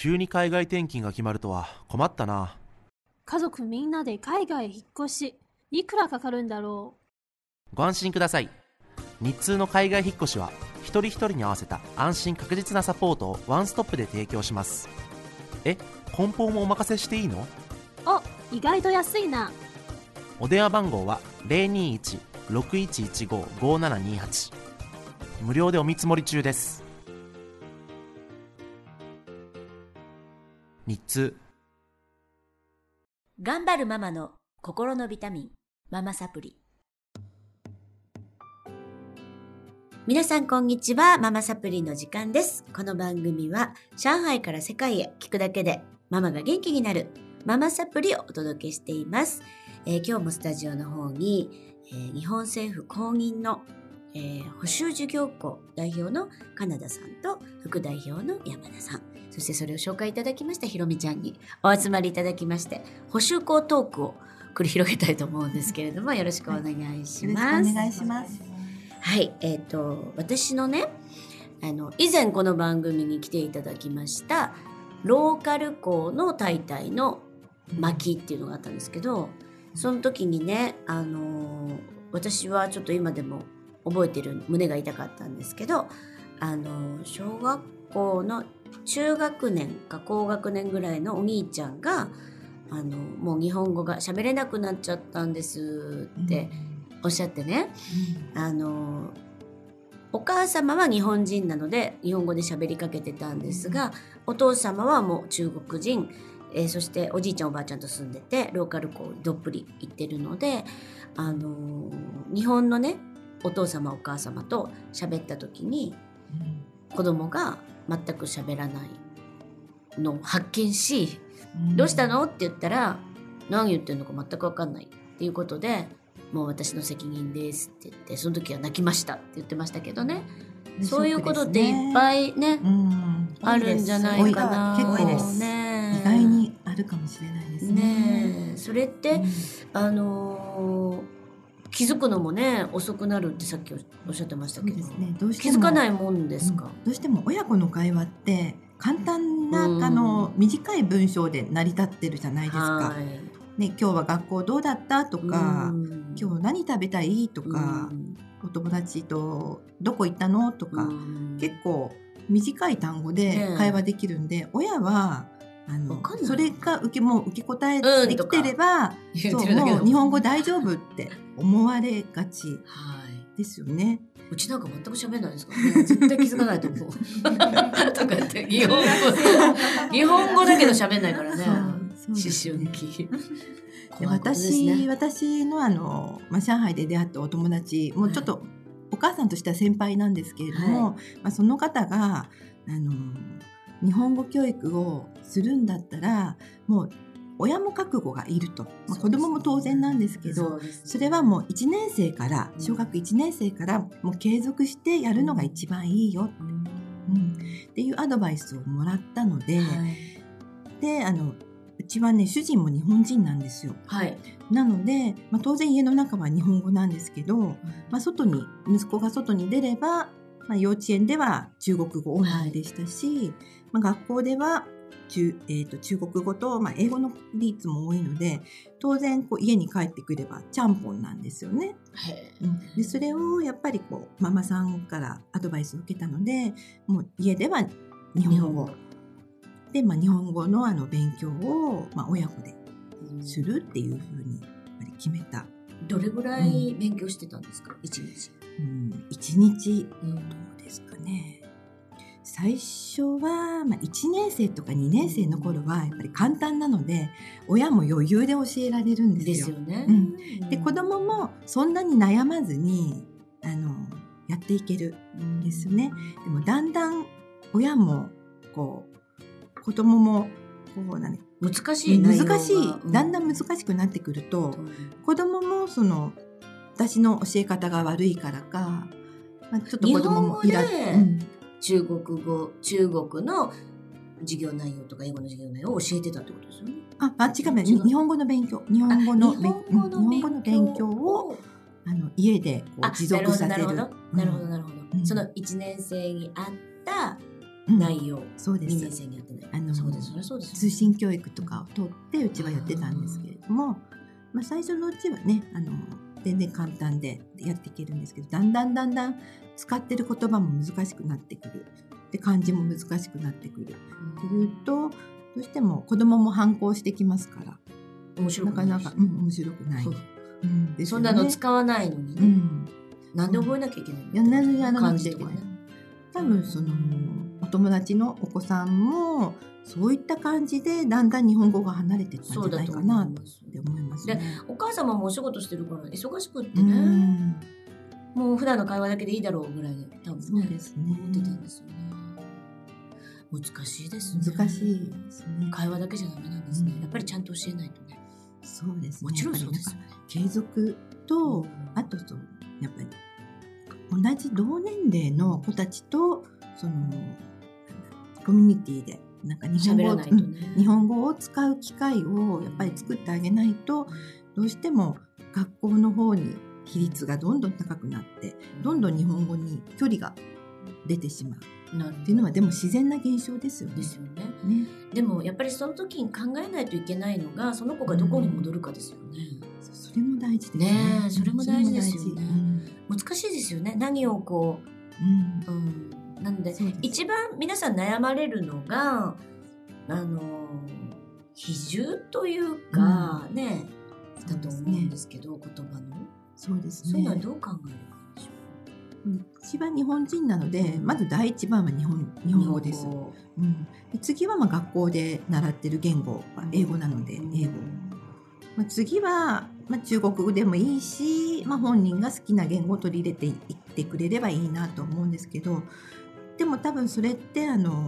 急に海外転勤が決まるとは困ったな。 家族みんなで海外へ引っ越し、いくらかかるんだろご安心ください。日通の海外引っ越しは一人一人に合わせた安心確実なサポートをワンストップで提供します。梱包もお任せしていいの？ う。意外と安いな。 お電話番号は 021-6115-5728。 無料でお見積もり中です。日通。 頑張るママの心のビタミン、ママサプリ。皆さんこんにちは。ママサプリの時間です。この番組は上海から世界へ聞くだけでママが元気になるママサプリをお届けしています。今日もスタジオの方に、日本政府公認の、補修事業校代表のカナダさんと副代表の山田さん、そしてそれを紹介いただきましたひろみちゃんにお集まりいただきまして、補修校トークを繰り広げたいと思うんですけれども、よろしくお願いします。 よろしくお願いします。 はい、私のね、以前この番組に来ていただきましたローカル校の大会の巻っていうのがあったんですけど、その時にね、私はちょっと今でも覚えてる、胸が痛かったんですけど、小学校の中学年か高学年ぐらいのお兄ちゃんがもう日本語が喋れなくなっちゃったんですっておっしゃってね、お母様は日本人なので日本語で喋りかけてたんですが、お父様はもう中国人、そしておじいちゃんおばあちゃんと住んでてローカル校どっぷり行ってるので、日本のねお父様お母様と喋った時に、子供が全く喋らないのを発見し、どうしたのって言ったら、何言ってるのか全く分かんないっていうことで、もう私の責任ですって言って、その時は泣きましたって言ってましたけどね。そういうことっていっぱいね、あるんじゃないかな。 結構多いですね。意外にあるかもしれないですね。 それって、気づくのもね遅くなるってさっきおっしゃってましたけど、どうしても気づかないもんですか？ どうしても親子の会話って簡単な短い文章で成り立ってるじゃないですか。ね、今日は学校どうだったとか、今日何食べたいとか、お友達とどこ行ったのとか、結構短い単語で会話できるんで、親はそれが受け答えできてれば、もう日本語大丈夫って思われがちですよね。 うちなんか全く喋んないですからね。絶対気づかないと思う。とかって日本語だけど喋んないからね。思春期。 私の上海で出会ったお友達もちょっとお母さんとしては先輩なんですけれども、その方が日本語教育をするんだったらもう親も覚悟がいると、子供も当然なんですけど、それはもう1年生から小学1年生からもう継続してやるのが一番いいよっていうアドバイスをもらったので、でうちはね主人も日本人なんですよ。なので、当然家の中は日本語なんですけど、息子が外に出れば、幼稚園では中国語オンラインでしたし、学校では中国語と、英語の率も多いので、当然家に帰ってくればちゃんぽんなんですよね。でそれをやっぱりママさんからアドバイスを受けたので、もう家では日本語で、日本語の勉強を、親子でするっていうふうにやっぱり決めた。 どれぐらい勉強してたんですか？1日。 1日どうですかね。最初は、1年生とか2年生の頃はやっぱり簡単なので親も余裕で教えられるんですよ。で子供もそんなに悩まずにやっていけるんですね。でもだんだん親も子供も難しい内容がだんだん難しくなってくると、子供も私の教え方が悪いからか、ちょっと子供も日本語で中国の授業内容とか英語の授業内容を教えてたってことですよね。 違う、日本語の勉強、日本語の勉強を家で持続させる。 なるほど。その1年生に合った内容、 そうです。 2年生にやってない。そうです、それそうです、 通信教育とかを取ってうちはやってたんですけれども、最初のうちはね全然簡単でやっていけるんですけど、だんだん使ってる言葉も難しくなってくるで、漢字も難しくなってくるっていうと、どうしても子供も反抗してきますから、 面白くない、 なかなか、面白くない、ですよね。 そんなの使わないのにね、なんで覚えなきゃいけないの？ やらなきゃいけない。多分お友達のお子さんもそういった感じでだんだん日本語が離れていったんじゃないかなって思いますね。 で、お母様もお仕事してるから忙しくってね、もう普段の会話だけでいいだろうぐらいで多分ね、 そうですね、 思ってたんですよね。難しいですね。 難しいですね。 会話だけじゃダメなんですね。やっぱりちゃんと教えないとね。 そうですね。 もちろんそうですよね。 継続と、あとやっぱり同じ同年齢の子たちとコミュニティでなんか日本語を使う機会をやっぱり作ってあげないと、どうしても学校の方に比率がどんどん高くなってどんどん日本語に距離が出てしまうっていうのはでも自然な現象ですよね。 でもやっぱりその時に考えないといけないのが、その子がどこに戻るかですよね。 それも大事ですね。 それも大事ですよね。難しいですよね。何をこう、なんで一番皆さん悩まれるのが比重というかね、だと思うんですけど、言葉のそうですね。 そういうのはどう考えるんでしょう。一番日本人なので、まず第一番は日本語です。で次は学校で習ってる言語は英語なので英語。次は、中国語でもいいし、本人が好きな言語を取り入れていってくれればいいなと思うんですけど、でも多分それって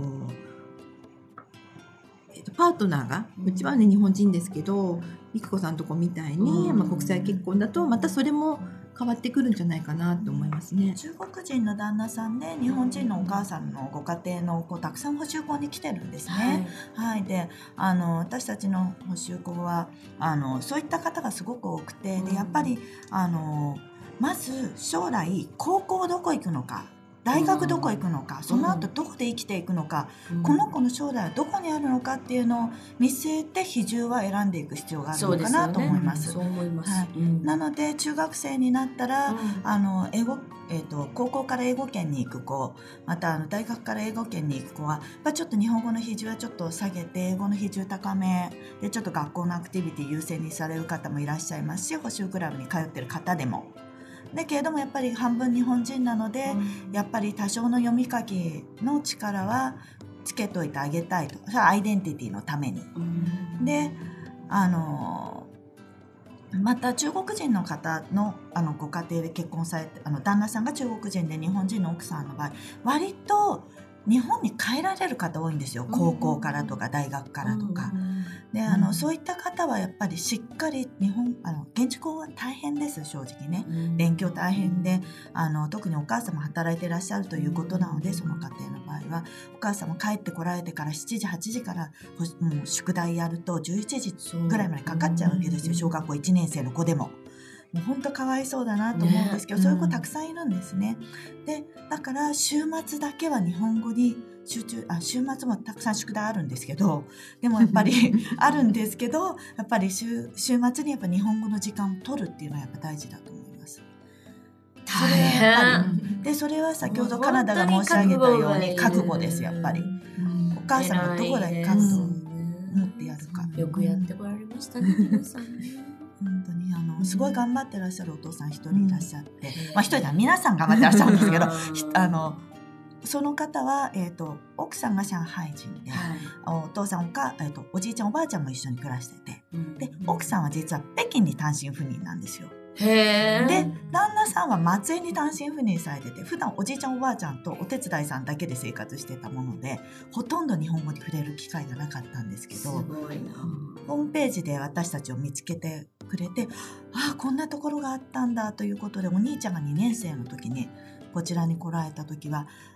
パートナーが、うちはね日本人ですけど、育子さんとこみたいに、国際結婚だとまたそれも変わってくるんじゃないかなと思いますね。 中国人の旦那さんで日本人のお母さんのご家庭の子たくさん補習校に来てるんですね。で私たちの補習校はそういった方がすごく多くて、でやっぱりまず将来高校どこ行くのか、大学どこ行くのか、その後どこで生きていくのか、この子の将来はどこにあるのかっていうのを見据えて比重は選んでいく必要があるのかなと思います。 そう思います。 なので中学生になったら、英語高校から英語圏に行く子、また大学から英語圏に行く子はちょっと日本語の比重はちょっと下げて英語の比重高めで、ちょっと学校のアクティビティ優先にされる方もいらっしゃいますし、補習クラブに通ってる方でもだけれども、やっぱり半分日本人なので、やっぱり多少の読み書きの力はつけといてあげたいと。それはアイデンティティのために。でまた中国人の方のご家庭で結婚されて旦那さんが中国人で日本人の奥さんの場合、割と日本に帰られる方多いんですよ。高校からとか大学からとかで、そういった方はやっぱりしっかり現地校は大変です。正直ね、勉強大変で特にお母様働いていらっしゃるということなので、その家庭の場合はお母様帰ってこられてから7時8時から宿題やると11時ぐらいまでかかっちゃうわけですよ。小学校1年生の子でも。もう本当かわいそうだなと思うんですけど、そういう子たくさんいるんですね。でだから週末だけは日本語に集中、週末もたくさん宿題あるんですけど、でもやっぱりあるんですけど、やっぱり週末にやっぱ日本語の時間を取るっていうのはやっぱ大事だと思います。 大変でそれは先ほどカナダが申し上げたように覚悟です。やっぱりお母さんがどこで覚悟を持ってやるか。 よくやってこられましたね、皆さんね。 本当にすごい頑張ってらっしゃるお父さん一人いらっしゃって、一人では皆さん頑張ってらっしゃるんですけどその方は、奥さんが上海人で、お父さんおじいちゃんおばあちゃんも一緒に暮らしてて、で奥さんは実は北京に単身赴任なんですよ。で旦那さんは松江に単身赴任されてて、普段おじいちゃんおばあちゃんとお手伝いさんだけで生活してたもので、ほとんど日本語に触れる機会がなかったんですけど、 すごいな。 ホームページで私たちを見つけてくれて、こんなところがあったんだということで、お兄ちゃんが2年生の時にこちらに来られた時は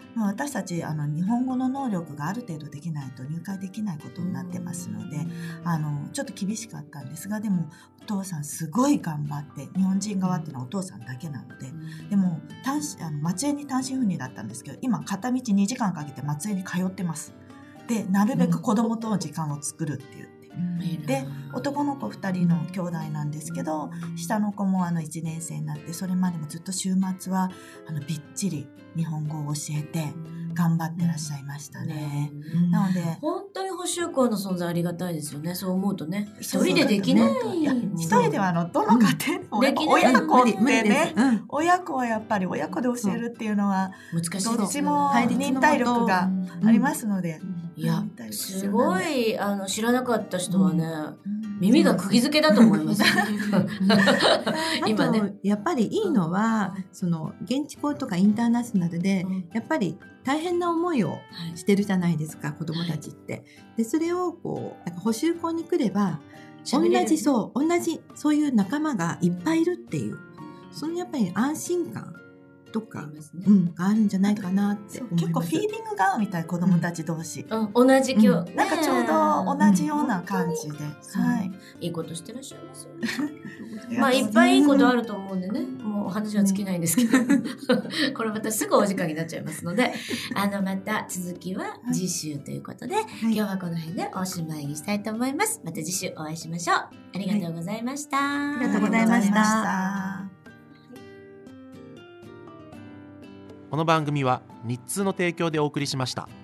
私たち日本語の能力がある程度できないと入会できないことになってますので、ちょっと厳しかったんですが、でもお父さんすごい頑張って、日本人側っていうのはお父さんだけなので、でも松江に単身赴任だったんですけど、今片道2時間かけて松江に通ってます。でなるべく子供との時間を作るって言って、で男の子2人の兄弟なんですけど、下の子も1年生になって、それまでもずっと週末はびっちり日本語を教えて頑張ってらっしゃいましたね。なので本当に補習校の存在ありがたいですよね。そう思うとね、一人でできない。 一人ではどの家庭でも親子ってね、親子はやっぱり親子で教えるっていうのは難しいですよね。 どっちも忍耐力がありますので、 いやすごい知らなかった人はね、耳が釘付けだと思います。 今ね、やっぱりいいのはその現地校とかインターナショナルでやっぱり大変な思いをしてるじゃないですか、子どもたちって。でそれをなんか補習校に来れば同じそういう仲間がいっぱいいるっていう、そのやっぱり安心感とか、があるんじゃないかなって思います。 結構フィーリングが合うみたい、子どもたち同士、 同じ今日、 なんかちょうど同じような感じで、 いいことしてらっしゃいますよね。まあいっぱいいいことあると思うんでね、もうお話は尽きないんですけど、これまたすぐお時間になっちゃいますので、また続きは次週ということで、今日はこの辺でおしまいにしたいと思います。また次週お会いしましょう。ありがとうございました。 ありがとうございました。 この番組は日通の提供でお送りしました。